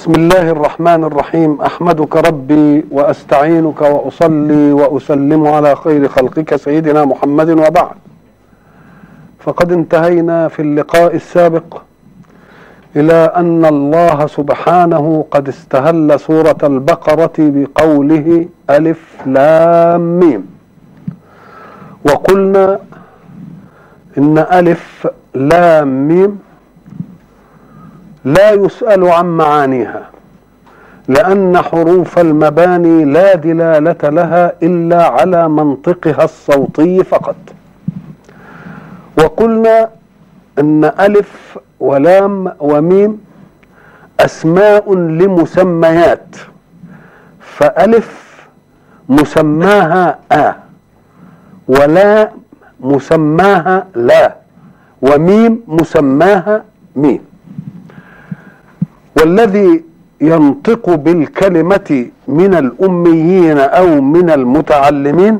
بسم الله الرحمن الرحيم. أحمدك ربي وأستعينك وأصلي وأسلم على خير خلقك سيدنا محمد، وبعد. فقد انتهينا في اللقاء السابق إلى أن الله سبحانه قد استهل سورة البقرة بقوله ألف لام ميم، وقلنا إن ألف لام ميم لا يسأل عن معانيها، لأن حروف المباني لا دلالة لها إلا على منطقها الصوتي فقط. وقلنا أن ألف ولام وميم أسماء لمسميات، فألف مسماها ولا مسماها لا، وميم مسماها ميم. والذي ينطق بالكلمة من الأميين أو من المتعلمين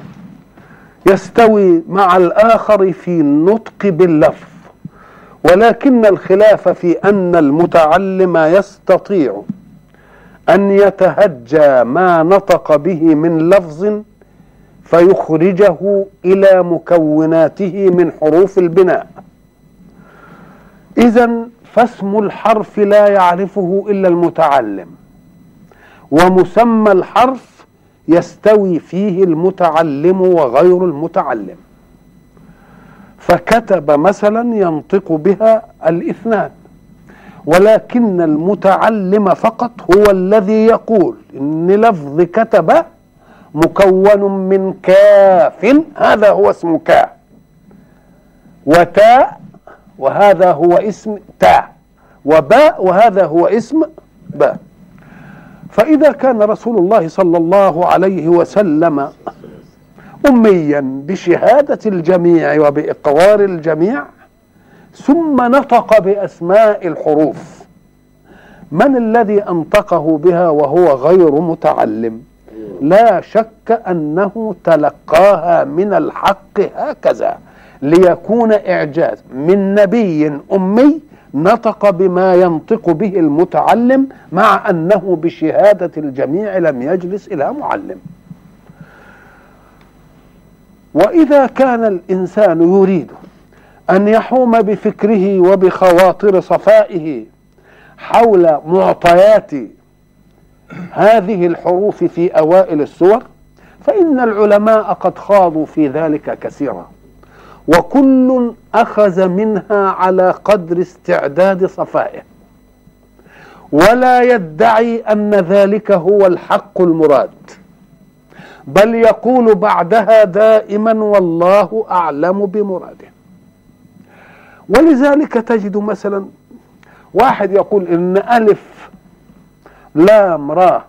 يستوي مع الآخر في النطق باللفظ، ولكن الخلاف في أن المتعلم يستطيع أن يتهجى ما نطق به من لفظ فيخرجه إلى مكوناته من حروف البناء. إذن فاسم الحرف لا يعرفه إلا المتعلم، ومسمى الحرف يستوي فيه المتعلم وغير المتعلم. فكتب مثلا ينطق بها الاثنان، ولكن المتعلم فقط هو الذي يقول إن لفظ كتب مكون من كاف، هذا هو اسم كاف، وتاء وهذا هو اسم تاء، وباء وهذا هو اسم باء. فإذا كان رسول الله صلى الله عليه وسلم أميا بشهادة الجميع وبإقرار الجميع، ثم نطق بأسماء الحروف، من الذي أنطقه بها وهو غير متعلم؟ لا شك أنه تلقاها من الحق هكذا، ليكون إعجاز من نبي أمي نطق بما ينطق به المتعلم، مع أنه بشهادة الجميع لم يجلس إلى معلم. وإذا كان الإنسان يريد أن يحوم بفكره وبخواطر صفائه حول معطيات هذه الحروف في أوائل السور، فإن العلماء قد خاضوا في ذلك كثيرا، وكل أخذ منها على قدر استعداد صفائه، ولا يدعي أن ذلك هو الحق المراد، بل يقول بعدها دائما والله أعلم بمراده. ولذلك تجد مثلا واحد يقول إن ألف لام را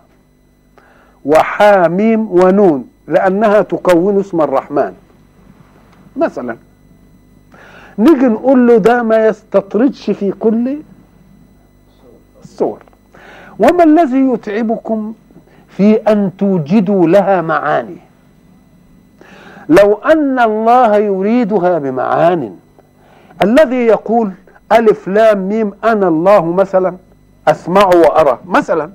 وحاميم ونون لأنها تكون اسم الرحمن مثلا، نيجي نقول له ده ما يستطردش في كل الصور. وما الذي يتعبكم في أن توجدوا لها معاني؟ لو أن الله يريدها بمعان، الذي يقول ألف لام ميم أنا الله مثلا أسمع وأرى مثلا،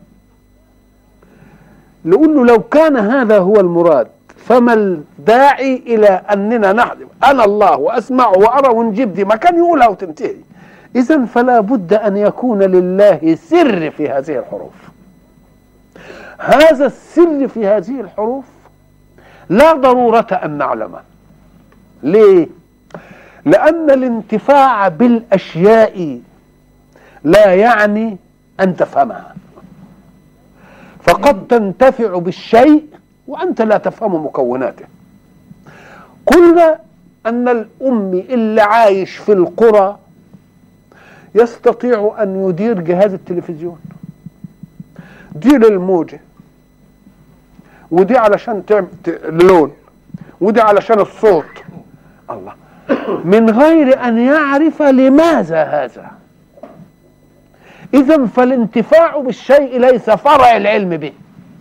نقول له لو كان هذا هو المراد فما الداعي إلى أننا نحذف أنا الله وأسمع وأرى ونجيب دي، ما كان يقولها وتنتهي. إذن فلا بد أن يكون لله سر في هذه الحروف. هذا السر في هذه الحروف لا ضرورة أن نعلمه. ليه؟ لأن الانتفاع بالأشياء لا يعني أن تفهمها، فقد تنتفع بالشيء وأنت لا تفهم مكوناته. قلنا أن الأمي اللي عايش في القرى يستطيع أن يدير جهاز التلفزيون، دي للموجة، ودي علشان تعمل اللون، ودي علشان الصوت، الله، من غير أن يعرف لماذا هذا. إذن فالانتفاع بالشيء ليس فرع العلم به،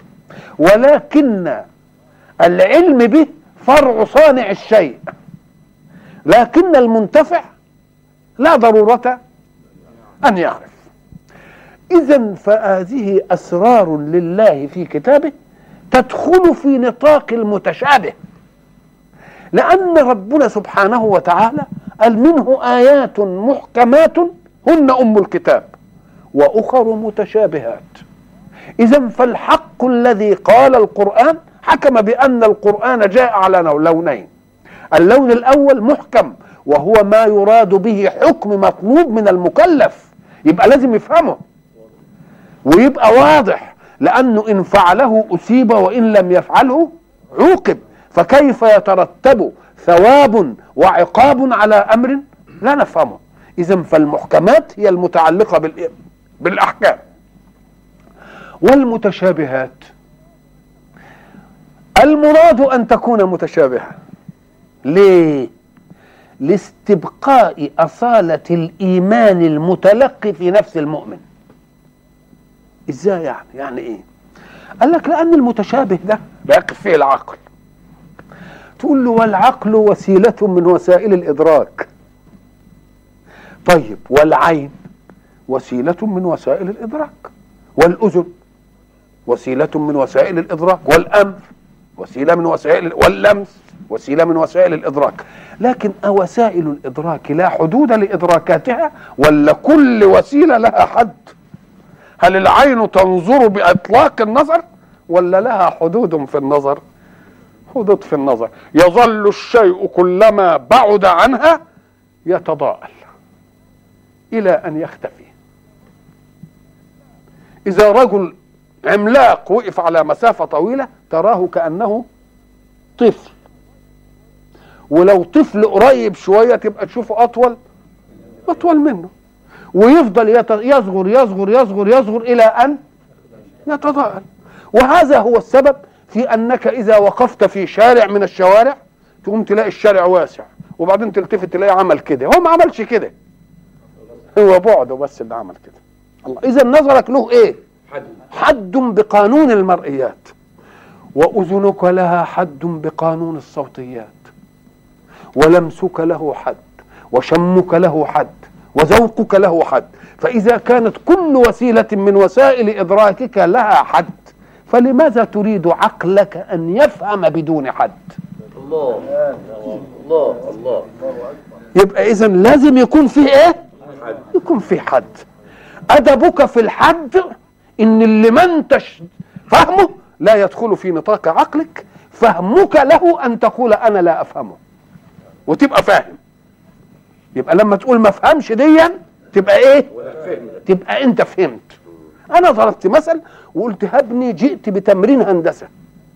ولكن العلم به فرع صانع الشيء، لكن المنتفع لا ضرورة أن يعرف. إذن فهذه أسرار لله في كتابه تدخل في نطاق المتشابه، لأن ربنا سبحانه وتعالى قال منه آيات محكمات هن أم الكتاب وأخر متشابهات. إذن فالحق الذي قال القرآن حكم بأن القرآن جاء على لونين، اللون الأول محكم وهو ما يراد به حكم مطلوب من المكلف، يبقى لازم يفهمه ويبقى واضح، لأنه إن فعله أصيب وإن لم يفعله عوقب، فكيف يترتب ثواب وعقاب على أمر لا نفهمه؟ إذن فالمحكمات هي المتعلقة بالأحكام. والمتشابهات المراد أن تكون متشابهة. ليه؟ لاستبقاء أصالة الإيمان المتلقي في نفس المؤمن. إزاي يعني إيه؟ قال لك لأن المتشابه ده بيقف فيه العقل، تقول له والعقل وسيلة من وسائل الإدراك. طيب والعين وسيلة من وسائل الإدراك، والأذن وسيلة من وسائل الإدراك، والأنف وسيلة من وسائل، واللمس وسيلة من وسائل الإدراك. لكن وسائل الإدراك لا حدود لإدراكاتها ولا كل وسيلة لها حد؟ هل العين تنظر بإطلاق النظر ولا لها حدود في النظر؟ حدود في النظر. يظل الشيء كلما بعد عنها يتضاءل إلى أن يختفي. إذا رجل عملاق وقف على مسافة طويلة تراه كأنه طفل، ولو طفل قريب شوية تبقى تشوفه أطول منه، ويفضل يصغر يصغر يصغر يصغر إلى أن يتضاءل. وهذا هو السبب في أنك إذا وقفت في شارع من الشوارع تقوم تلاقي الشارع واسع، وبعدين تلتفت تلاقي عمل كده، هو ما عملش كده، هو بعده بس اللي عمل كده. الله. إذا نظرك له إيه؟ حد بقانون المرئيات، وأذنك لها حد بقانون الصوتيات، ولمسك له حد، وشمك له حد، وذوقك له حد. فإذا كانت كل وسيلة من وسائل إدراكك لها حد، فلماذا تريد عقلك أن يفهم بدون حد؟ الله الله الله. يبقى إذن لازم يكون فيه إيه؟ يكون فيه حد. أدبك في الحد إن اللي ما انتش فهمه لا يدخل في نطاق عقلك، فهمك له أن تقول أنا لا أفهمه وتبقى فاهم. يبقى لما تقول ما فهمش ديا تبقى إيه؟ تبقى أنت فهمت. أنا ضربت مثل وقلت هبني جئت بتمرين هندسة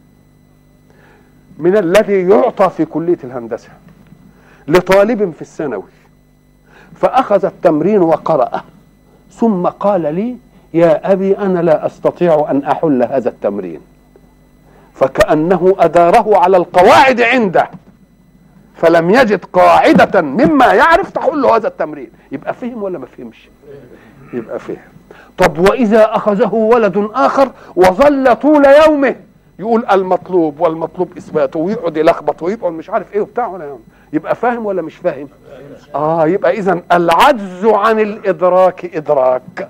من الذي يعطى في كلية الهندسة لطالب في الثانوي، فأخذ التمرين وقرأه ثم قال لي يا أبي أنا لا أستطيع أن أحل هذا التمرين، فكأنه أداره على القواعد عنده فلم يجد قاعدة مما يعرف تحل هذا التمرين. يبقى فهم ولا ما فهمش؟ يبقى فهم. طب وإذا أخذه ولد آخر وظل طول يومه يقول المطلوب والمطلوب إثباته ويقعد يلخبط ويقعد مش عارف إيه وبتاع ولا يوم، يبقى فاهم ولا مش فاهم؟ يبقى إذن العجز عن الإدراك إدراك.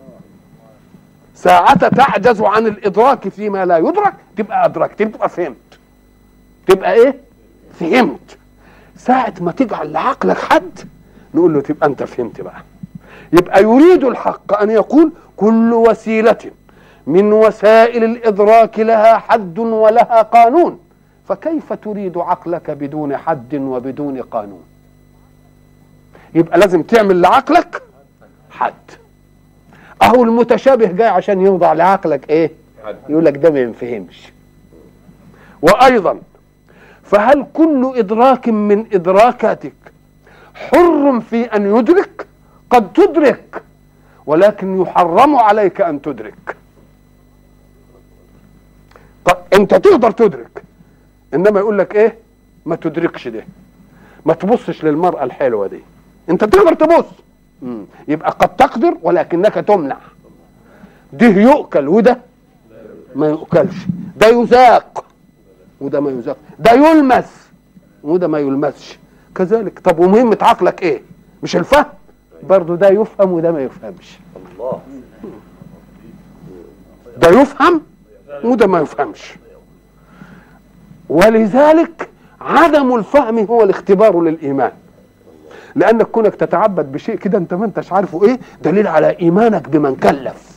ساعة تعجز عن الإدراك فيما لا يدرك تبقى أدركت، تبقى فهمت، تبقى إيه؟ فهمت. ساعة ما تجعل لعقلك حد نقول له تبقى أنت فهمت بقى. يبقى يريد الحق أن يقول كل وسيلة من وسائل الإدراك لها حد ولها قانون، فكيف تريد عقلك بدون حد وبدون قانون؟ يبقى لازم تعمل لعقلك حد. أهو المتشابه جاي عشان يوضع لعقلك إيه؟ يقول لك ده ما ينفهمش. وأيضا فهل كل إدراك من إدراكاتك حر في أن يدرك؟ قد تدرك ولكن يحرم عليك أن تدرك. أنت تقدر تدرك، إنما يقول لك إيه؟ ما تدركش ده، ما تبصش للمرأة الحلوة دي. أنت تقدر تبص، يبقى قد تقدر ولكنك تمنع. ده يؤكل وده ما يؤكلش، ده يذاق وده ما يذاق، ده يلمس وده ما يلمسش كذلك. طب ومهمة عقلك إيه؟ مش الفهم؟ برضو ده يفهم وده ما يفهمش. الله. ده يفهم وده ما يفهمش. ولذلك عدم الفهم هو الاختبار للإيمان، لأنك كونك تتعبد بشيء كده انت ما انتش عارفه ايه، دليل على إيمانك بمن كلف،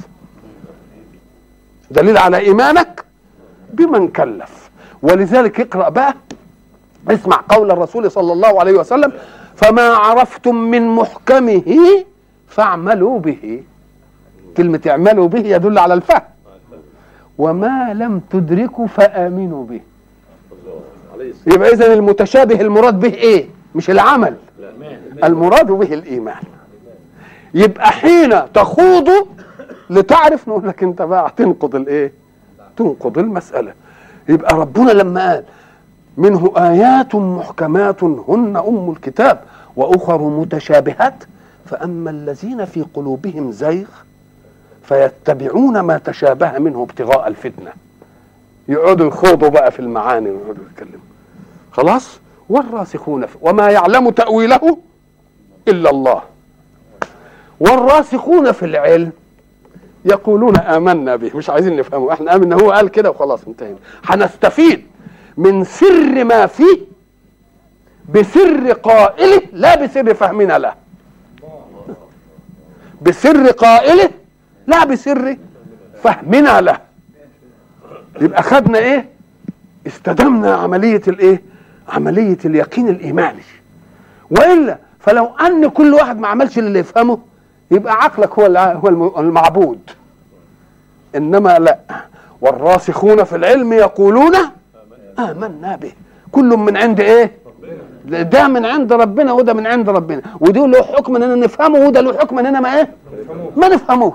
دليل على إيمانك بمن كلف. ولذلك اقرأ بقى، اسمع قول الرسول صلى الله عليه وسلم: فما عرفتم من محكمه فاعملوا به. كلمة اعملوا به يدل على الفهم. وما لم تدركوا فآمنوا به. يبقى إذن المتشابه المراد به ايه؟ مش العمل، المراد به الإيمان. يبقى حين تخوض لتعرف نقول لك انت بقى تنقض الايه؟ تنقض المسألة. يبقى ربنا لما قال منه آيات محكمات هن أم الكتاب وأخر متشابهات فأما الذين في قلوبهم زيغ فيتبعون ما تشابه منه ابتغاء الفتنة. يقعدوا يخوضوا بقى في المعاني ويقعدوا يتكلموا. خلاص. والراسخون وما يعلم تأويله إلا الله. والراسخون في العلم يقولون آمنا به. مش عايزين نفهمه، احنا آمنا، هو قال كده وخلاص انتهينا. هنستفيد من سر ما فيه بسر قائله لا بسر فهمنا له. بسر قائله لا بسر فهمنا له. يبقى خدنا ايه؟ استدمنا عملية الايه؟ عملية اليقين الإيماني. وإلا فلو أن كل واحد ما عملش اللي يفهمه يبقى عقلك هو المعبود. إنما لا، والراسخون في العلم يقولون آمنا به كل من عند ايه؟ ده من عند ربنا وده من عند ربنا، وده له حكم اننا نفهمه وده له حكم اننا ما ايه؟ ما نفهموش.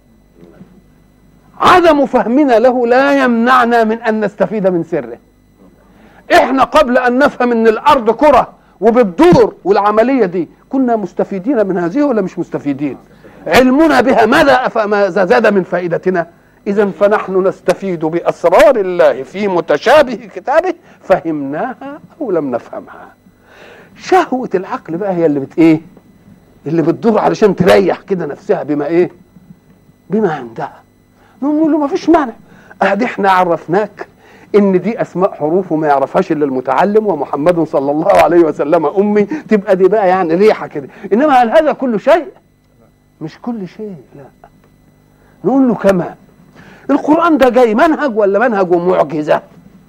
عدم فهمنا له لا يمنعنا من ان نستفيد من سره. احنا قبل ان نفهم ان الارض كرة وبتدور والعملية دي كنا مستفيدين من هذه ولا مش مستفيدين؟ علمنا بها ماذا زاد من فائدتنا؟ إذن فنحن نستفيد بأسرار الله في متشابه كتابه فهمناها أو لم نفهمها. شهوة العقل بقى هي اللي ايه؟ اللي بتدور علشان تريح كده نفسها بما ايه؟ بما عندها. نقول له ما فيش مانع، ادي احنا عرفناك ان دي اسماء حروف وما يعرفهاش الا المتعلم ومحمد صلى الله عليه وسلم امي، تبقى دي بقى يعني ريحه كده. انما هل هذا كل شيء؟ مش كل شيء، لا. نقول له كمان القرآن ده جاي منهج ولا منهج ومعجزة؟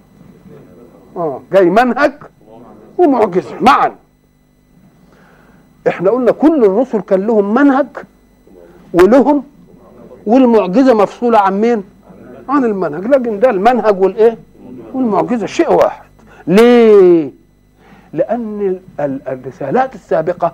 جاي منهج ومعجزة معا. احنا قلنا كل الرسل كان لهم منهج ولهم والمعجزة مفصولة عن مين؟ عن المنهج. لكن ده المنهج والايه؟ والمعجزة شيء واحد. ليه؟ لأن الرسالات السابقة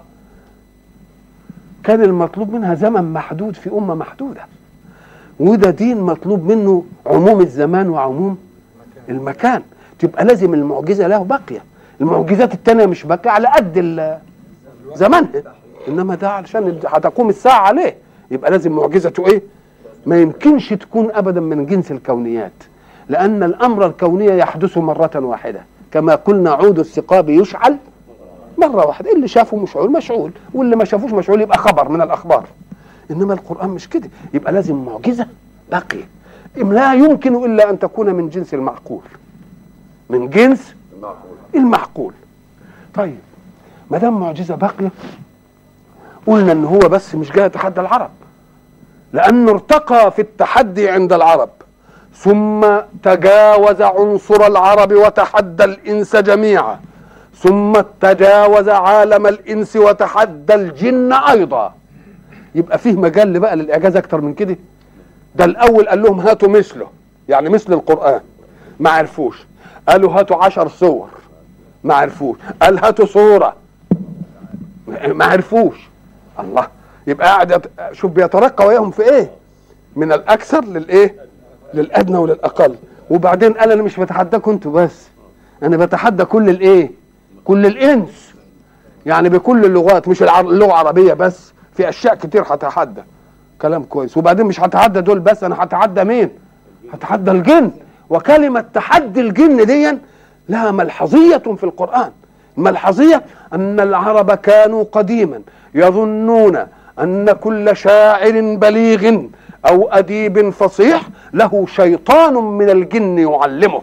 كان المطلوب منها زمن محدود في أمة محدودة، وده دين مطلوب منه عموم الزمان وعموم المكان. تبقى لازم المعجزة له باقية. المعجزات التانية مش باقية على قد زمانها، إنما ده علشان هتقوم الساعة عليه يبقى لازم معجزته إيه؟ ما يمكنش تكون أبدا من جنس الكونيات، لأن الأمر الكوني يحدث مرة واحدة. كما قلنا عود الثقاب يشعل مرة واحدة، اللي شافه مشعول مشعول واللي ما شافوش مشعول يبقى خبر من الأخبار. إنما القرآن مش كده، يبقى لازم معجزة باقية لا يمكن إلا أن تكون من جنس المعقول، من جنس المعقول. طيب ما دام معجزة باقية قلنا إن هو بس مش جاي يتحدى العرب، لأنه ارتقى في التحدي عند العرب ثم تجاوز عنصر العرب وتحدى الإنس جميعا، ثم تجاوز عالم الإنس وتحدى الجن أيضا. يبقى فيه مجال بقى للإعجاز أكتر من كده. ده الأول قال لهم هاتوا مثله، يعني مثل القرآن، ما عرفوش. قالوا هاتوا 10 صور، ما عرفوش. قال هاتوا صورة، ما عرفوش. الله، يبقى قاعد شوف بيترقى وياهم في ايه؟ من الأكثر للإيه؟ للأدنى وللأقل. وبعدين قال أنا مش بتحداكم انتوا بس، أنا بتحدى كل الإيه؟ كل الإنس، يعني بكل اللغات، مش اللغة العربية بس، في أشياء كتير هتحدى. كلام كويس. وبعدين مش هتحدى دول بس، أنا هتحدى مين؟ هتحدى الجن. وكلمة تحدي الجن دي لها ملحظية في القرآن. الملحظية أن العرب كانوا قديما يظنون أن كل شاعر بليغ أو أديب فصيح له شيطان من الجن يعلمه.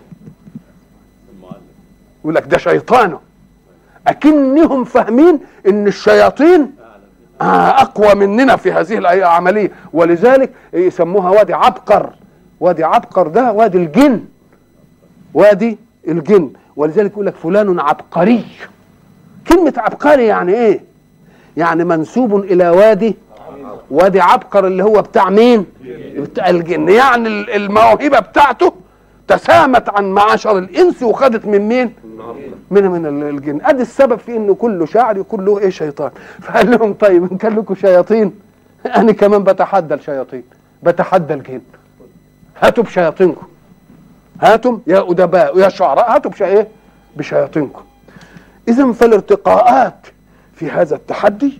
يقول لك ده شيطانه، أكنهم فاهمين ان الشياطين اقوى مننا في هذه العملية، ولذلك يسموها وادي عبقر. وادي عبقر ده وادي الجن، وادي الجن، ولذلك يقول لك فلان عبقري. كلمة عبقري يعني ايه؟ يعني منسوب الى وادي عبقر اللي هو بتاع مين؟ بتاع الجن. يعني الموهبة بتاعته تسامت عن معاشر الانس وخدت من مين؟ من الجن. ادي السبب في انه كله شاعر كله ايه؟ شيطان. فقال لهم طيب ان كان لكم شياطين انا كمان بتحدى الشياطين، بتحدى الجن. هاتوا بشياطينكم، هاتوا يا ادباء ويا شعراء، هاتوا بشياطينكم. اذا فالارتقاءات في هذا التحدي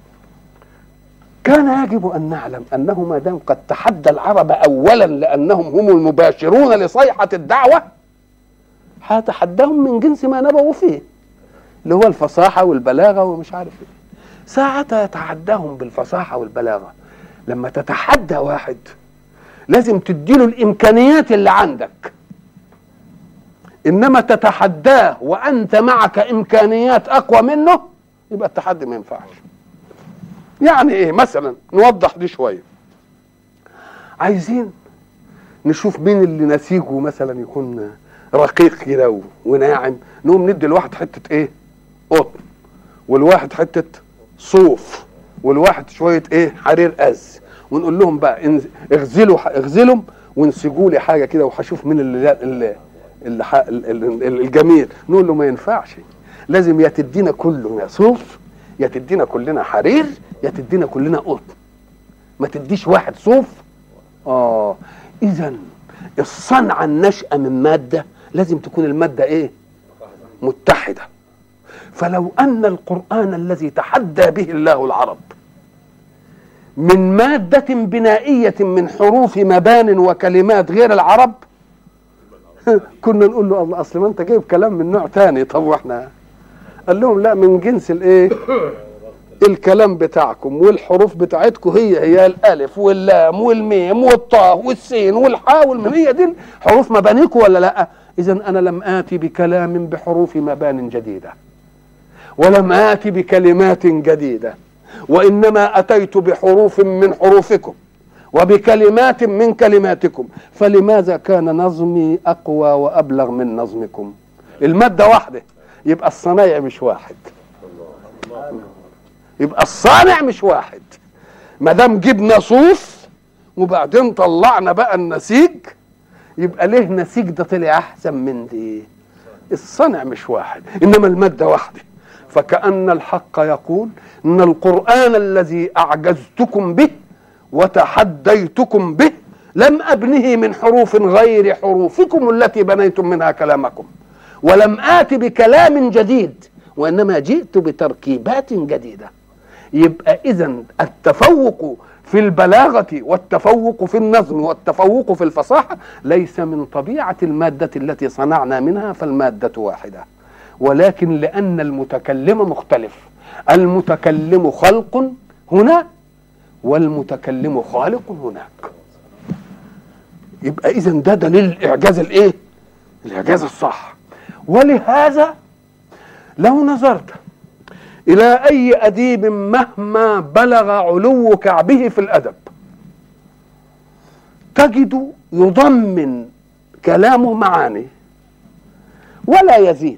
كان يجب ان نعلم انه ما دام قد تحدى العرب اولا لانهم هم المباشرون لصيحة الدعوة، هتحداهم من جنس ما نبغوا فيه اللي هو الفصاحة والبلاغة ومش عارف ايه. ساعتها يتحداهم بالفصاحة والبلاغة. لما تتحدى واحد لازم تديله الامكانيات اللي عندك، انما تتحداه وانت معك امكانيات اقوى منه يبقى التحدي ما ينفعش. يعني ايه؟ مثلا نوضح دي شوية. عايزين نشوف مين اللي نسيجه مثلا يكون رقيق كده وناعم، نقوم ندي الواحد حتة ايه؟ قطن، والواحد حتة صوف، والواحد شوية ايه؟ حرير أز، ونقول لهم بقى اغزلهم وانسجوا لي حاجة كده وهشوف مين اللي الجميل. نقول له ما ينفعش، لازم يا تدينا كله يا صوف، يا تدينا كلنا حرير، يا تدينا كلنا قطن، ما تديش واحد صوف. إذن الصنعة النشأة من مادة لازم تكون المادة ايه؟ متحدة. فلو ان القرآن الذي تحدى به الله العرب من مادة بنائية من حروف مبان وكلمات غير العرب كنا نقول له الله اصل ما انت جايب كلام من نوع تاني. طب واحنا قال لهم لا، من جنس الايه؟ الكلام بتاعكم والحروف بتاعتكم هي الالف واللام والميم والطاء والسين والحاء والميم، هي دي حروف مبانيكم ولا لا؟ اذا انا لم آتي بكلام بحروف مبان جديدة، ولم آتي بكلمات جديدة، وإنما أتيت بحروف من حروفكم وبكلمات من كلماتكم. فلماذا كان نظمي أقوى وأبلغ من نظمكم؟ المادة واحدة، يبقى الصنايع مش واحد، يبقى الصانع مش واحد. ما دام جبنا صوف وبعدين طلعنا بقى النسيج، يبقى ليه نسيج ده طلع أحسن من دي؟ الصنع مش واحد إنما المادة واحدة. فكأن الحق يقول إن القرآن الذي أعجزتكم به وتحديتكم به لم أبنه من حروف غير حروفكم التي بنيتم منها كلامكم، ولم آت بكلام جديد، وإنما جئت بتركيبات جديدة. يبقى إذن التفوق في البلاغة والتفوق في النظم والتفوق في الفصاحة ليس من طبيعة المادة التي صنعنا منها، فالمادة واحدة، ولكن لأن المتكلم مختلف. المتكلم خلق هنا والمتكلم خالق هناك. يبقى إذن ده دليل الإعجاز الإيه؟ الإعجاز الصح. ولهذا لو نظرت إلى أي أديب مهما بلغ علو كعبه في الأدب تجد يضمن كلامه معاني ولا يزيد.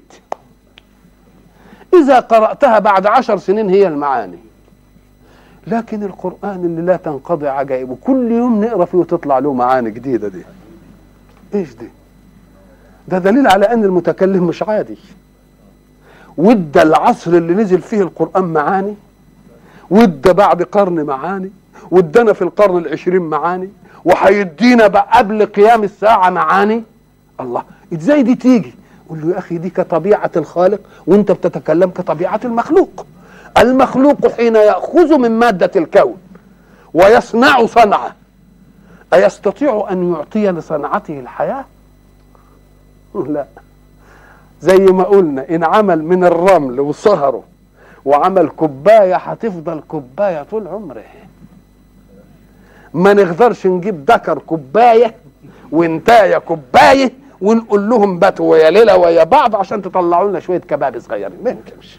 إذا قرأتها بعد 10 سنين هي المعاني. لكن القرآن اللي لا تنقضي عجائبه كل يوم نقرأ فيه وتطلع له معاني جديدة، دي إيش دي؟ ده دليل على أن المتكلم مش عادي. وادى العصر اللي نزل فيه القرآن معاني، وادى بعد قرن معاني، وادانا في القرن 20 معاني، وهيدينا بقى قبل قيام الساعة معاني. الله، ازاي دي تيجي؟ قول له يا أخي دي كطبيعة الخالق وانت بتتكلم كطبيعة المخلوق. المخلوق حين يأخذ من مادة الكون ويصنع صنعة أيستطيع أن يعطي لصنعته الحياة؟ لا. زي ما قلنا إن عمل من الرمل وصهره وعمل كوباية هتفضل كوباية طول عمره. ما نقدرش نجيب ذكر كوباية وانتايه كوبايه ونقول لهم باتوا ويا ليله ويا بعض عشان تطلعوا لنا شويه كباب صغيرين، ما يمكنش.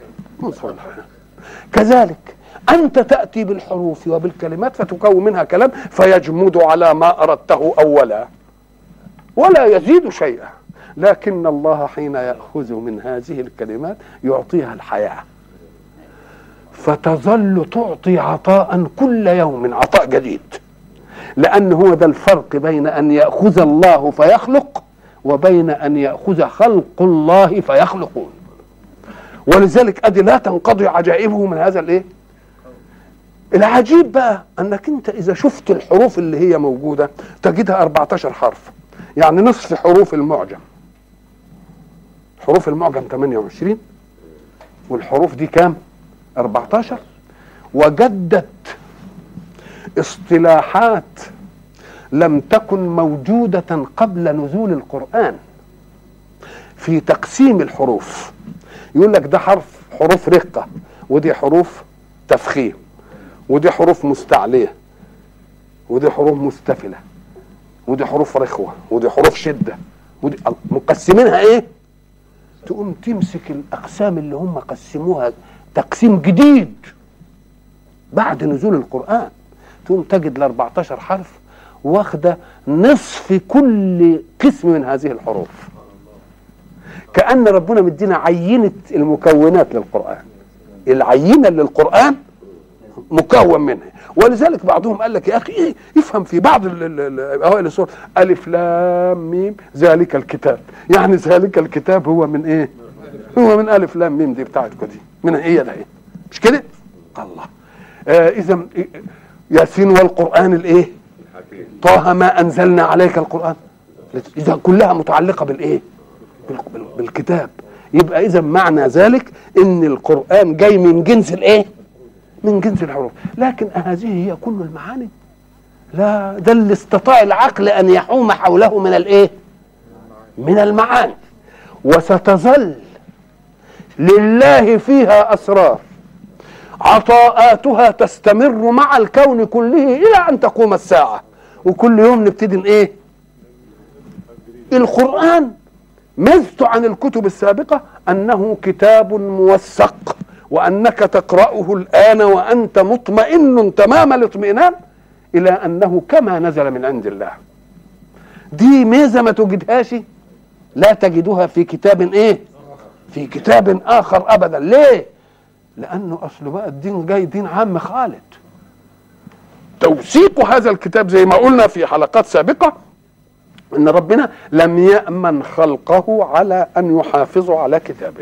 كذلك انت تاتي بالحروف وبالكلمات فتكون منها كلام فيجمد على ما اردته اولا ولا يزيد شيئا، لكن الله حين ياخذ من هذه الكلمات يعطيها الحياه فتظل تعطي عطاء كل يوم، عطاء جديد. لأن هو ده الفرق بين أن يأخذ الله فيخلق وبين أن يأخذ خلق الله فيخلقون. ولذلك أدي لا تنقضي عجائبه من هذا الإيه؟ العجيب بقى أنك أنت إذا شفت الحروف اللي هي موجودة تجدها 14 حرف، يعني نصف حروف المعجم. حروف المعجم 28 والحروف دي كام؟ 14. وجدت اصطلاحات لم تكن موجودة قبل نزول القرآن في تقسيم الحروف. يقول لك ده حروف رقة، ودي حروف تفخيم، ودي حروف مستعلية، ودي حروف مستفلة، ودي حروف رخوة، ودي حروف شدة، ودي مقسمينها ايه؟ تقوم تمسك الأقسام اللي هم قسموها تقسيم جديد بعد نزول القرآن، تقوم تجد 14 حرف واخده نصف كل قسم من هذه الحروف. كأن ربنا مدينا عينة المكونات للقرآن، العينة للقرآن مكون منها. ولذلك بعضهم قال لك يا أخي إيه يفهم في بعض أوائل السور ألف لام ميم ذلك الكتاب، يعني ذلك الكتاب هو من إيه؟ هو من ألف لام ميم دي بتاعتكم دي، من هي ده إيه؟ مش كده؟ الله. إذا ياسين والقرآن الإيه؟ طه ما أنزلنا عليك القرآن، إذا كلها متعلقة بالإيه؟ بالكتاب. يبقى إذا معنى ذلك إن القرآن جاي من جنس الإيه؟ من جنس الحروف. لكن هذه هي كل المعاني؟ لا، ده اللي استطاع العقل أن يحوم حوله من الإيه؟ من المعاني. وستظل لله فيها أسرار عطاءاتها تستمر مع الكون كله إلى أن تقوم الساعة، وكل يوم نبتدي إيه؟ القرآن ميزته عن الكتب السابقة أنه كتاب موثق، وأنك تقرأه الآن وأنت مطمئن تمام الاطمئنان إلى أنه كما نزل من عند الله. دي ميزة ما تجدهاش، لا تجدها في كتاب إيه؟ في كتاب آخر أبدا. ليه؟ لأنه أصل بقى الدين جاي دين عام خالد. توثيق هذا الكتاب زي ما قلنا في حلقات سابقة ان ربنا لم يأمن خلقه على ان يحافظوا على كتابه،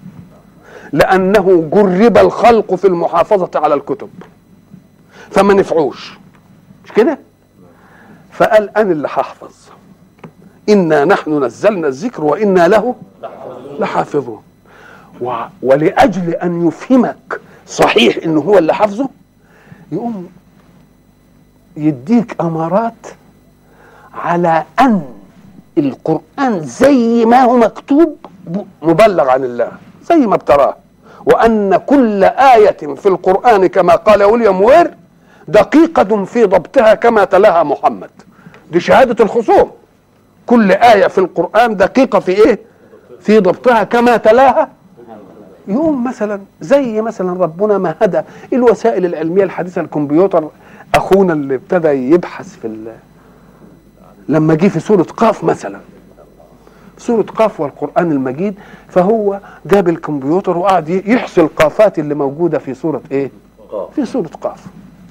لانه جرب الخلق في المحافظة على الكتب فما نفعوش، مش كده؟ فقال انا اللي هحفظ، انا نحن نزلنا الذكر وانا له لحافظون. ولأجل ان يفهمك صحيح انه هو اللي حافظه يقوم يديك امارات على أن القرآن زي ما هو مكتوب مبلغ عن الله زي ما ابتراه، وأن كل آية في القرآن كما قال ويليام وير دقيقة في ضبطها كما تلاها محمد. دي شهادة الخصوم، كل آية في القرآن دقيقة في إيه؟ في ضبطها كما تلاها. يوم مثلا زي مثلا ربنا ما هدى الوسائل العلمية الحديثة، الكمبيوتر أخونا اللي ابتدى يبحث في لما جه في سورة قاف مثلا، سورة قاف والقرآن المجيد، فهو جاب الكمبيوتر وقعد يحصي القافات اللي موجودة في سورة ايه؟ في سورة قاف.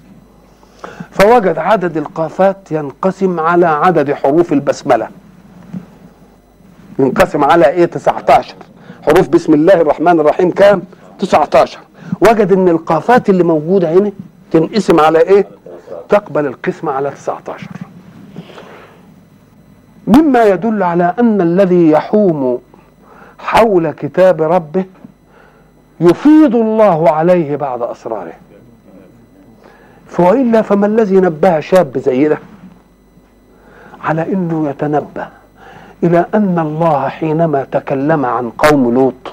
فوجد عدد القافات ينقسم على عدد حروف البسملة، ينقسم على ايه؟ 19 حروف بسم الله الرحمن الرحيم. كام؟ 19. وجد ان القافات اللي موجودة هنا تنقسم على ايه؟ تقبل القسمة على 19، مما يدل على أن الذي يحوم حول كتاب ربه يفيض الله عليه بعض أسراره. فوإلا فما الذي نبه شاب زي ده على أنه يتنبه إلى أن الله حينما تكلم عن قوم لوط،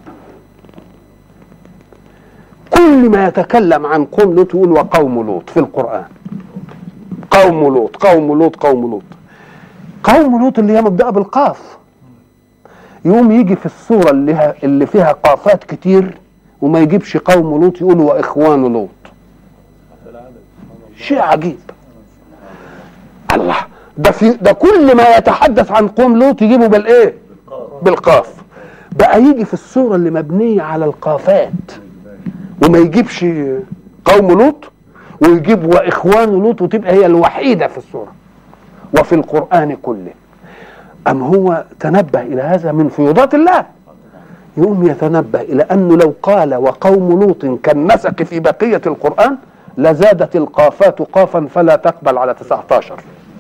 كل ما يتكلم عن قوم لوط يقول وقوم لوط في القرآن، قوم لوط قوم لوط قوم لوط. قوم لوط اللي هي مبدأة بالقاف، يقوم يجي في الصورة اللي فيها قافات كتير وما يجيبش قوم لوط، يقول واخوان لوط. شيء عجيب. الله، ده كل ما يتحدث عن قوم لوط يجيبه بالايه؟ بالقاف. بقى يجي في الصورة اللي مبنية على القافات وما يجيبش قوم لوط، ويجيب واخوان لوط، وتبقى هي الوحيدة في الصورة وفي القرآن كله. أم هو تنبه إلى هذا من فيوضات الله؟ يقوم يتنبه إلى أنه لو قال وقوم لوط كالنسق في بقية القرآن لزادت القافات قافا فلا تقبل على 19.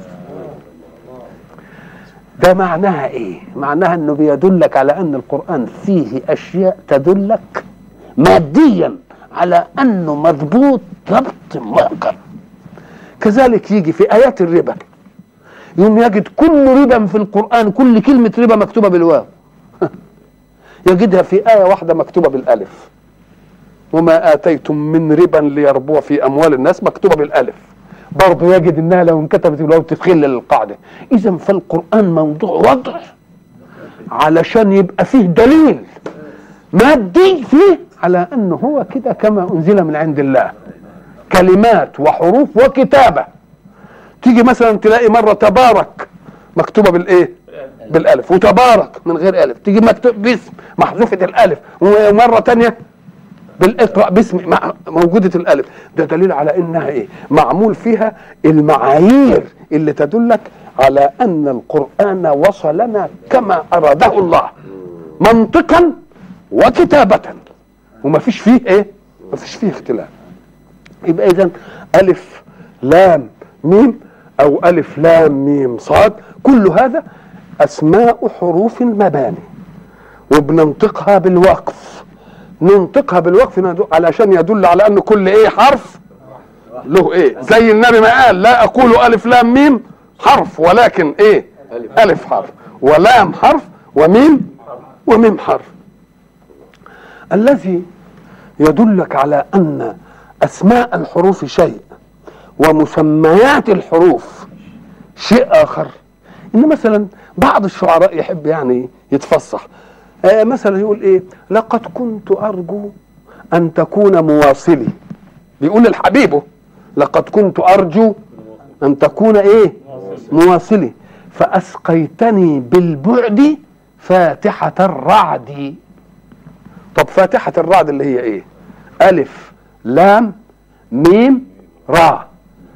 ده معناها إيه؟ معناها أنه بيدلك على أن القرآن فيه أشياء تدلك ماديا على أنه مضبوط ضبط محكم. كذلك يجي في آيات الربا، يوم يجد كل ربا في القرآن، كل كلمة ربا مكتوبة بالواو يجدها في آية واحدة مكتوبة بالألف. وما آتيتم من ربا ليربو في أموال الناس مكتوبة بالألف، برضه يجد إنها لو انكتبت بالواو تدخل للقاعدة. إذا فالقرآن موضوع وضع علشان يبقى فيه دليل مادي فيه على أنه هو كده كما أنزل من عند الله، كلمات وحروف وكتابة. تيجي مثلا تلاقي مرة تبارك مكتوبة بالايه؟ بالالف، وتبارك من غير الف. تيجي مكتوب باسم محذوفة الالف، ومرة تانية بالاقرأ باسم موجودة الالف. ده دليل على انها ايه؟ معمول فيها المعايير اللي تدلك على ان القرآن وصلنا كما اراده الله منطقا وكتابة، وما فيش فيه ايه؟ ما فيش فيه اختلاف. يبقى اذا الف لام ميم او الف لام ميم صاد، كل هذا اسماء حروف المباني، وبننطقها بالوقف. ننطقها بالوقف علشان يدل على ان كل ايه؟ حرف له ايه؟ زي النبي ما قال لا اقول الف لام ميم حرف، ولكن ايه؟ الف حرف ولام حرف وميم حرف. الذي يدلك على ان اسماء الحروف شيء ومسميات الحروف شيء آخر، إن مثلا بعض الشعراء يحب يعني يتفصح، مثلا يقول إيه؟ لقد كنت أرجو أن تكون مواصلي، بيقول لحبيبه لقد كنت أرجو أن تكون إيه؟ مواصلي، فأسقيتني بالبعد فاتحة الرعد. طب فاتحة الرعد اللي هي إيه؟ ألف لام ميم را.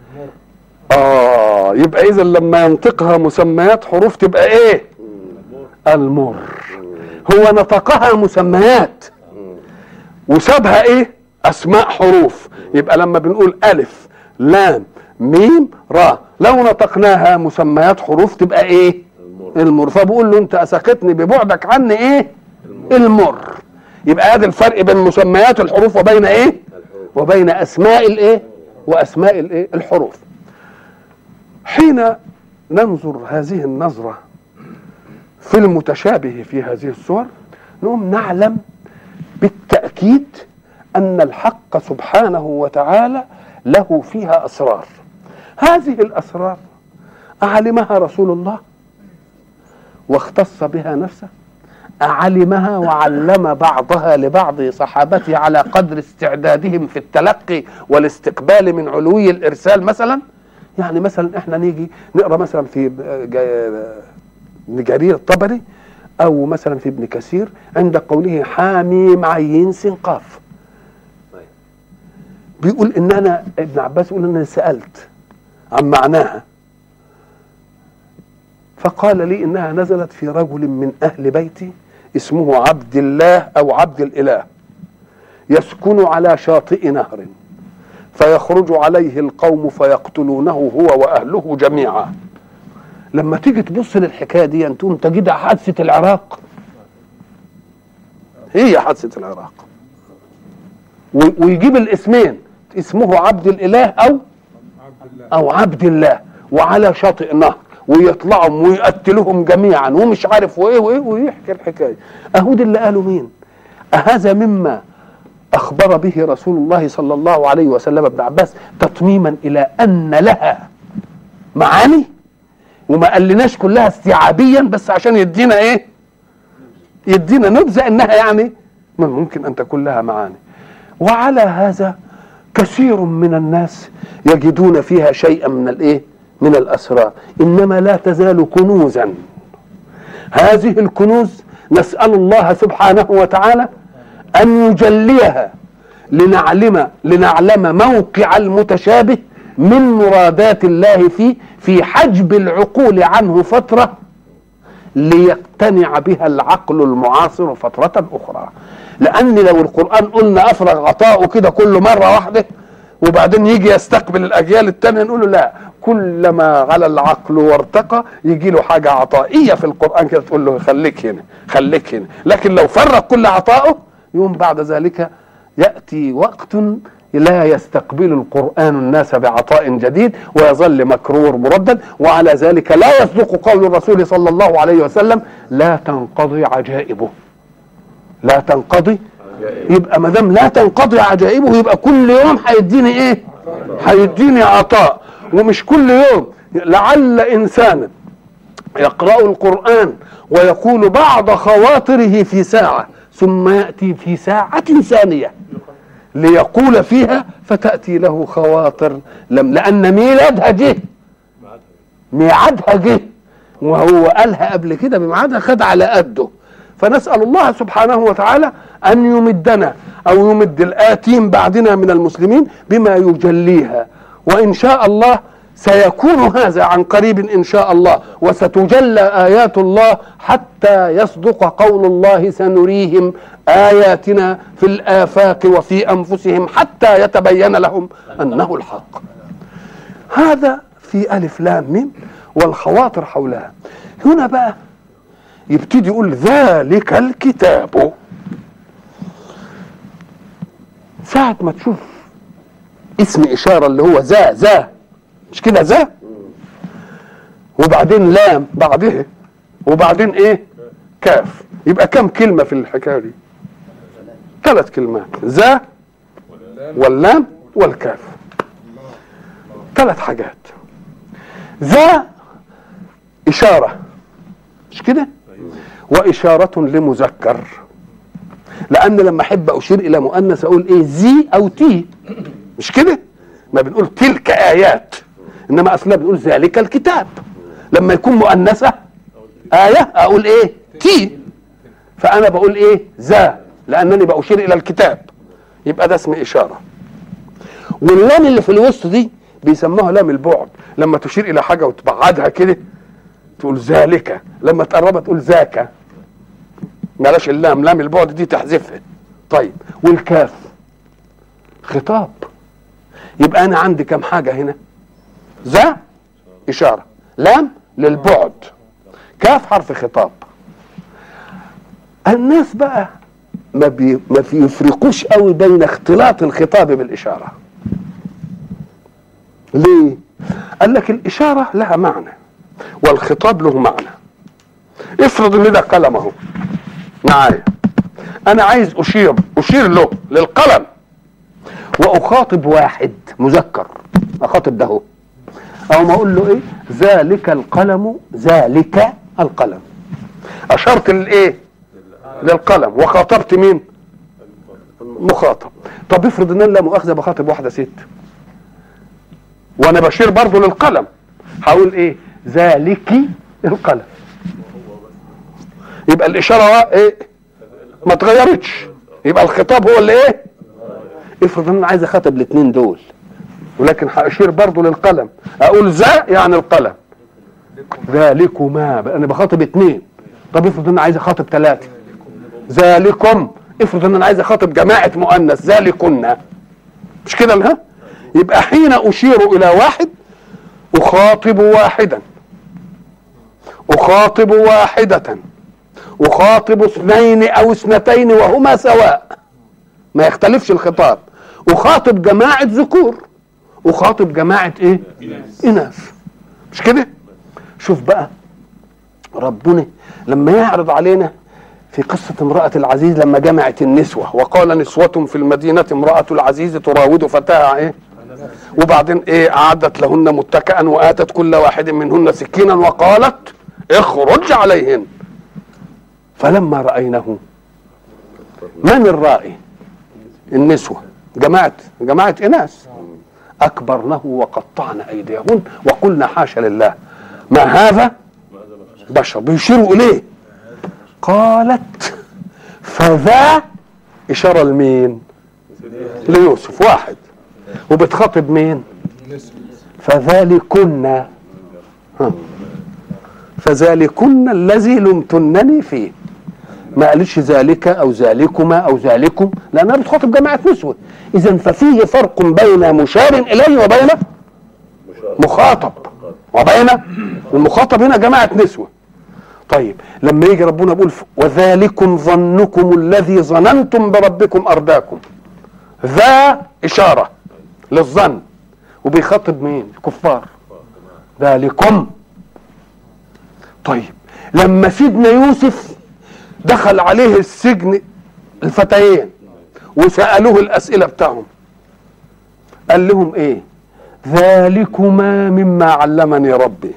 يبقى اذا لما ينطقها مسميات حروف تبقى ايه؟ المر. هو نطقها مسميات وسابها ايه؟ اسماء حروف. يبقى لما بنقول الف لام ميم را، لو نطقناها مسميات حروف تبقى ايه؟ المر. فبقول له انت اسقطني ببعدك عني ايه؟ المر. يبقى هذا الفرق بين مسميات الحروف وبين ايه؟ وبين اسماء الايه؟ واسماء الايه؟ الحروف. حين ننظر هذه النظرة في المتشابه في هذه الصور، نقوم نعلم بالتأكيد أن الحق سبحانه وتعالى له فيها أسرار. هذه الأسرار أعلمها رسول الله واختص بها نفسه، أعلمها وعلم بعضها لبعض صحابته على قدر استعدادهم في التلقي والاستقبال من علوي الإرسال. مثلا يعني مثلا احنا نيجي نقرأ مثلا في ابن جرير الطبري أو مثلا في ابن كثير عند قوله حاميم عين سين قاف، بيقول إن أنا ابن عباس يقول إن أنا سألت عن معناها فقال لي إنها نزلت في رجل من أهل بيتي اسمه عبد الله أو عبد الإله، يسكن على شاطئ نهر فيخرج عليه القوم فيقتلونه هو وأهله جميعا. لما تيجي تبص للحكاية دي أنتم تجدها حادثة العراق، هي حادثة العراق، ويجيب الاسمين اسمه عبد الإله أو عبد الله وعلى شاطئ نهر، ويطلعهم ويقتلهم جميعا ومش عارف وايه ويحكي الحكايه. اهود اللي قالوا مين؟ أهذا مما اخبر به رسول الله صلى الله عليه وسلم ابن عباس تطميما الى ان لها معاني؟ وما قالناش كلها استيعابيا بس عشان يدينا ايه؟ يدينا نبذه انها يعني ممكن ان تكون لها معاني. وعلى هذا كثير من الناس يجدون فيها شيئا من الايه؟ من الاسرار، انما لا تزال كنوزا. هذه الكنوز نسأل الله سبحانه وتعالى ان يجليها لنعلم موقع المتشابه من مرادات الله فيه، في حجب العقول عنه فترة ليقتنع بها العقل المعاصر فترة أخرى. لأن لو القرآن قلنا أفرغ عطاؤه كده كل مرة واحدة وبعدين يجي يستقبل الأجيال التانية نقول له لا، كلما على العقل وارتقى يجي له حاجة عطائية في القرآن كده تقول له خليك هنا خليك هنا. لكن لو فرغ كل عطائه يوم بعد ذلك يأتي وقت لا يستقبل القرآن الناس بعطاء جديد ويظل مكرور مردد. وعلى ذلك لا يصدق قول الرسول صلى الله عليه وسلم لا تنقضي عجائبه. لا تنقضي، يبقى ما دام لا تنقضي عجائبه يبقى كل يوم هيديني ايه؟ هيديني عطاء. ومش كل يوم، لعل انسانا يقرأ القرآن ويقول بعض خواطره في ساعة ثم يأتي في ساعة ثانية ليقول فيها فتأتي له خواطر لأن ميلادها جه، ميعادها جه وهو قالها قبل كده بميعادها، خد على قده. فنسأل الله سبحانه وتعالى أن يمدنا أو يمد الآتين بعدنا من المسلمين بما يجليها. وإن شاء الله سيكون هذا عن قريب إن شاء الله، وستجلى آيات الله حتى يصدق قول الله سنريهم آياتنا في الآفاق وفي أنفسهم حتى يتبين لهم أنه الحق. هذا في ألف لام ميم والخواطر حولها. هنا بقى يبتدي يقول ذلك الكتاب. ساعة ما تشوف اسم إشارة اللي هو ذا مش كده ذا وبعدين لام بعدها وبعدين ايه؟ كاف. يبقى كم كلمة في الحكاية دي؟ 3 كلمات، ذا واللام والكاف. 3 حاجات. ذا إشارة مش كده؟ وإشارة لمذكر، لأن لما أحب أشير إلى مؤنث أقول إيه؟ زي أو تي، مش كده؟ ما بنقول تلك آيات، إنما أصلا بنقول ذلك الكتاب. لما يكون مؤنثة آية أقول إيه؟ تي. فأنا بقول إيه؟ ذا، لأنني بأشير إلى الكتاب، يبقى ده اسم إشارة. واللام اللي في الوسط دي بيسموها لام البعد، لما تشير إلى حاجة وتبعدها كده تقول ذلك، لما تقربها تقول ذاك. بلاش اللام، لام البعد دي تحذفها. طيب والكاف خطاب، يبقى أنا عندي كم حاجة هنا؟ ذا إشارة، لام للبعد، كاف حرف خطاب. الناس بقى ما بيفرقوش قوي بين اختلاط الخطاب بالإشارة. ليه؟ قال لك الإشارة لها معنى والخطاب له معنى. افرض ان ده قلم اهو معايا، انا عايز اشير له للقلم واخاطب واحد مذكر، اخاطب ده هو، او ما اقول له ايه؟ ذلك القلم، ذلك القلم. اشرت للايه؟ للقلم. وخاطبت مين؟ مخاطب. طب افرض ان انا لا مؤاخذه بخاطب واحده ست وانا بشير برضه للقلم، هقول ايه؟ ذلك القلم. يبقى الاشاره ايه؟ ما اتغيرتش، يبقى الخطاب هو اللي ايه؟ افرض ان انا عايز اخاطب الاثنين دول ولكن هاشير برضه للقلم، اقول ذا يعني القلم، ذلكما، انا بخاطب 2. طب افرض ان انا عايز اخاطب 3، ذلكم. افرض ان انا عايز اخاطب جماعه مؤنث، ذلكن، مش كده لها؟ يبقى حين اشير الى واحد اخاطب واحدا، اخاطب واحده، اخاطب 2 أو 2 وهما سواء، ما يختلفش الخطاب. اخاطب جماعه ذكور، اخاطب جماعه ايه؟ اناث، مش كده؟ شوف بقى ربنا لما يعرض علينا في قصة امرأة العزيز لما جمعت النسوة وقال نسوة في المدينة امرأة العزيز تراود فتاها ايه؟ وبعدين ايه؟ اعدت لهن متكئا واتت كل واحد منهن سكينا وقالت اخرج عليهن. فلما راينه، من الرائي؟ النسوه، جماعه اناث، اكبرنه وقطعن ايديهن وقلنا حاشا لله ما هذا بشر، بيشيروا اليه. قالت فذا، اشاره لمين؟ ليوسف، واحد، وبتخاطب مين؟ فذلكن، فذلكن الذي لمتنني فيه. ما قالش ذلك او ذلكما او ذلكم، لانها بتخاطب جماعه نسوه. اذا ففيه فرق بين مشار اليه وبين مخاطب، وبين المخاطب هنا جماعه نسوه. طيب لما يجي ربنا يقول وذلكم ظنكم الذي ظننتم بربكم ارداكم، ذا اشاره للظن، وبيخاطب مين؟ الكفار، ذلكم. طيب لما سيدنا يوسف دخل عليه السجن الفتيين وسألوه الأسئلة بتاعهم، قال لهم ايه؟ ذلكما مما علمني ربي.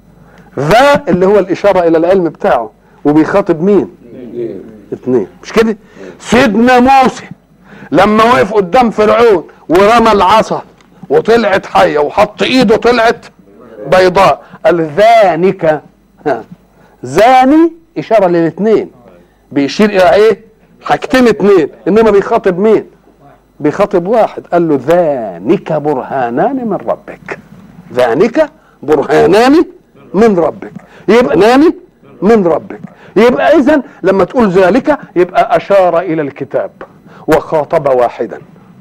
ذا اللي هو الإشارة إلى العلم بتاعه، وبيخاطب مين؟ اثنين، مش كده؟ سيدنا موسى لما وقف قدام فرعون ورمى العصا وطلعت حية وحط ايده طلعت بيضاء، قال ذانك، زاني إشارة للاثنين، بيشير إلى ايه؟ حاجتين اثنين، انما بيخاطب مين؟ بيخاطب واحد، قال له ذانك برهانان من ربك، ذانك برهانان من ربك، يبقى ناني من ربك. يبقى اذا لما تقول ذلك يبقى اشار الى الكتاب وخاطب واحدا.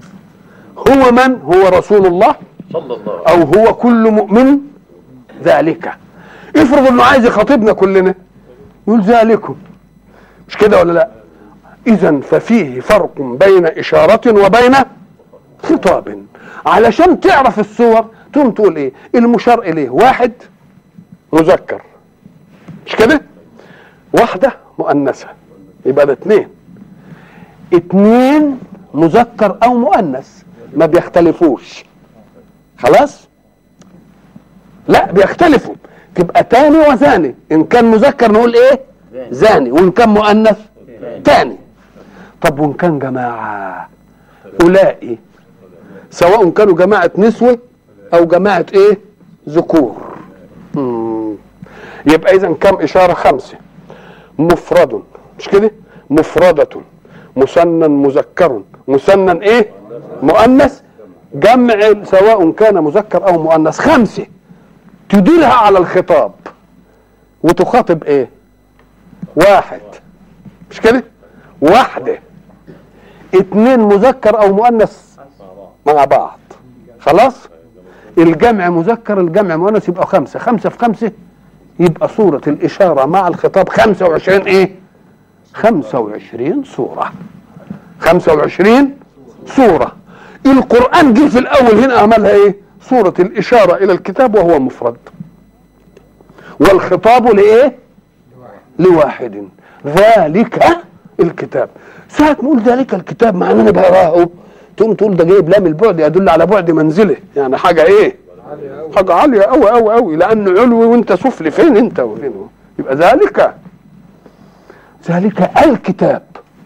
هو من؟ هو رسول الله صلى الله عليه وسلم، او هو كل مؤمن. ذلك افرض انه عايز يخاطبنا كلنا، يقول ذلكم، مش كده ولا لا؟ اذا ففيه فرق بين اشارة وبين خطاب. علشان تعرف الصور تقوم تقول ايه؟ المشار اليه واحد مذكر، مش كده؟ واحدة مؤنثة، يبقى ده اثنين. اثنين مذكر او مؤنث ما بيختلفوش، خلاص؟ لا بيختلفوا، تبقى تاني وثاني. ان كان مذكر نقول ايه؟ زاني، وان كان مؤنث تاني. طب وان كان جماعة، اولئك، سواء كانوا جماعة نسوة او جماعة ايه؟ ذكور. يبقى اذا كم اشارة؟ خمسة. مفرد، مش كده؟ مفردة، مثنى مذكر، مثنى ايه؟ مؤنث، جمع سواء كان مذكر او مؤنث. خمسة تديرها على الخطاب وتخاطب ايه؟ واحد، مش كده؟ واحدة. اثنين مذكر او مؤنث مع بعض، خلاص؟ الجمع مذكر الجمع مؤنث، يبقى خمسة. خمسة في خمسة يبقى صورة الإشارة مع الخطاب 25 ايه؟ 25 صورة. 25 صورة. القرآن جه في الأول هنا عملها ايه؟ صورة الإشارة إلى الكتاب وهو مفرد، والخطاب لإيه؟ لواحد. ذلك الكتاب. ساعة ما نقول ذلك الكتاب مع اننا بقراه تقوم تقول ده جايب لام البعد يدل على بعد منزله، يعني حاجة ايه؟ حاجة عالية قوي قوي قوي، لأنه علوي وانت سفلي. فين انت وفين؟ يبقى ذلك الكتاب.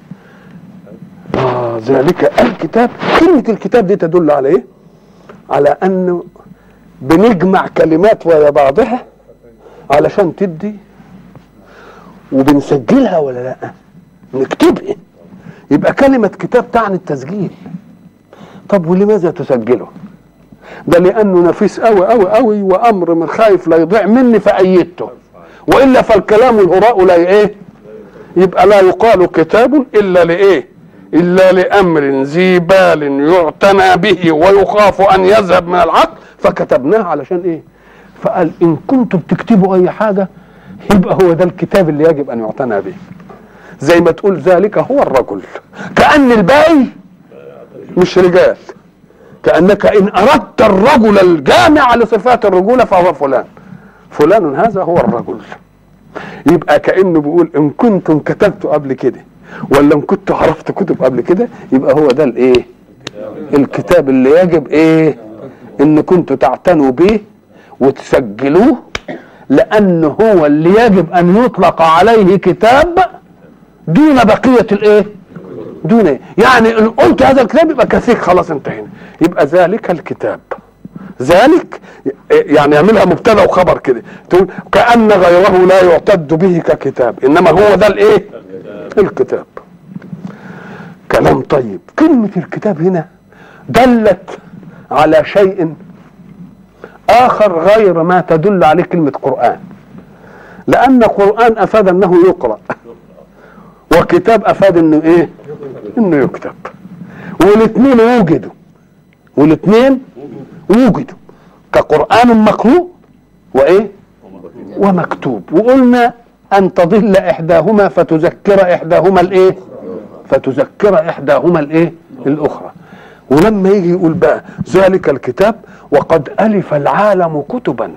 ذلك الكتاب. كلمة الكتاب دي تدل على ايه؟ على انه بنجمع كلمات ويا بعضها علشان تدي، وبنسجلها ولا لا؟ نكتبها. يبقى كلمة كتاب تعني التسجيل. طب ولماذا تسجله؟ ده لانه نفيس قوي قوي قوي، وامر من خايف لا يضيع مني فأيدته، والا فالكلام الهراء لا ايه؟ يبقى لا يقال كتاب الا لايه؟ الا لامر ذي بال يعتنى به ويخاف ان يذهب من العقل، فكتبناه علشان ايه؟ فقال ان كنتم بتكتبوا اي حاجه يبقى هو ده الكتاب اللي يجب ان يعتنى به. زي ما تقول ذلك هو الرجل، كأن الباقي مش رجال، كأنك إن أردت الرجل الجامع لصفات الرجولة فهو فلان، فلان هذا هو الرجل. يبقى كأنه بيقول إن كنتم كتبتوا قبل كده ولا إن كنت عرفت كتب قبل كده، يبقى هو ده الإيه؟ الكتاب اللي يجب إيه؟ ان كنتوا تعتنوا به وتسجلوه، لانه هو اللي يجب ان يطلق عليه كتاب دون بقية الايه؟ دون إيه؟ يعني ان قلت هذا الكتاب يبقى كثير، خلاص انتهينا. يبقى ذلك الكتاب، ذلك يعني يعملها مبتدا وخبر كده، تقول كأن غيره لا يعتد به ككتاب، انما هو ده الايه؟ الكتاب. كلام طيب. كلمة الكتاب هنا دلت على شيء آخر غير ما تدل عليه كلمة قرآن، لأن قرآن أفاد أنه يقرأ، وكتاب أفاد أنه إيه؟ أنه يكتب. والاثنين وجدوا، والاثنين وجدوا كقرآن مقروء وإيه؟ ومكتوب. وقلنا أن تضل إحداهما فتذكر إحداهما الإيه؟ فتذكر إحداهما الإيه؟ الأخرى. ولما يجي يقول بقى ذلك الكتاب وقد ألف العالم كتبا،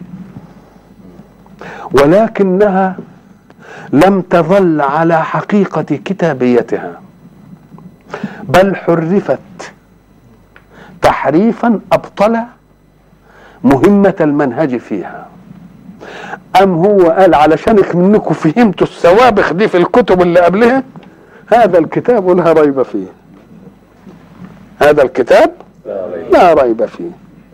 ولكنها لم تظل على حقيقة كتابيتها، بل حرفت تحريفا أبطل مهمة المنهج فيها. أم هو قال علشانك منكم فهمتوا السوابخ دي في الكتب اللي قبلها، هذا الكتاب لا ريب فيه، هذا الكتاب لا ريب فيه.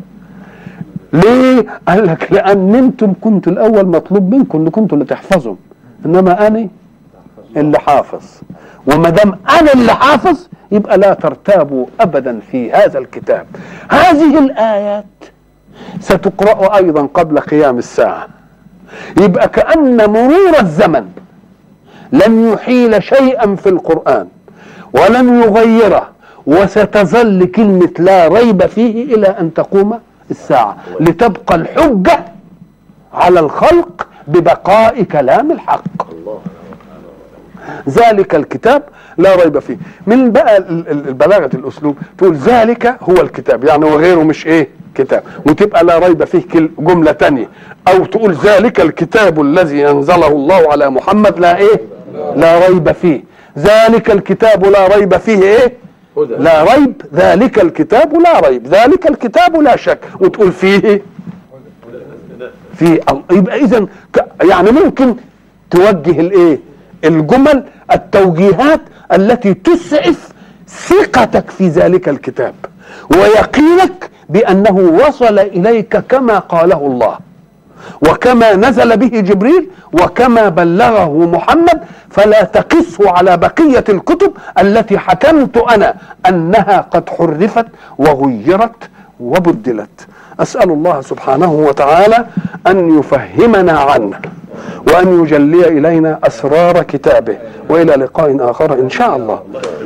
ليه؟ قال لك لأن انتم كنتوا الأول مطلوب منكم ان كنتوا اللي تحفظوا، انما أنا اللي حافظ، وما دام أنا اللي حافظ يبقى لا ترتابوا أبدا في هذا الكتاب. هذه الآيات ستقرأ أيضا قبل قيام الساعة، يبقى كأن مرور الزمن لن يحيل شيئا في القرآن ولن يغيره، وستظل كلمة لا ريب فيه إلى أن تقوم الساعة، لتبقى الحجة على الخلق ببقاء كلام الحق. ذلك الكتاب لا ريب فيه. من بقى البلاغة الأسلوب تقول ذلك هو الكتاب، يعني وغيره مش إيه؟ كتاب، وتبقى لا ريب فيه جملة تانية، أو تقول ذلك الكتاب الذي أنزله الله على محمد لا إيه؟ لا ريب فيه. ذلك الكتاب لا ريب فيه إيه؟ لا ريب. ذلك الكتاب لا ريب، ذلك الكتاب لا شك، وتقول فيه يبقى إذن يعني ممكن توجه الإيه؟ الجمل، التوجيهات التي تسعف ثقتك في ذلك الكتاب ويقينك بأنه وصل إليك كما قاله الله، وكما نزل به جبريل، وكما بلغه محمد، فلا تقسه على بقية الكتب التي حكمت أنا أنها قد حرفت وغيرت وبدلت. أسأل الله سبحانه وتعالى أن يفهمنا عنه، وأن يجلي إلينا أسرار كتابه. وإلى لقاء آخر إن شاء الله.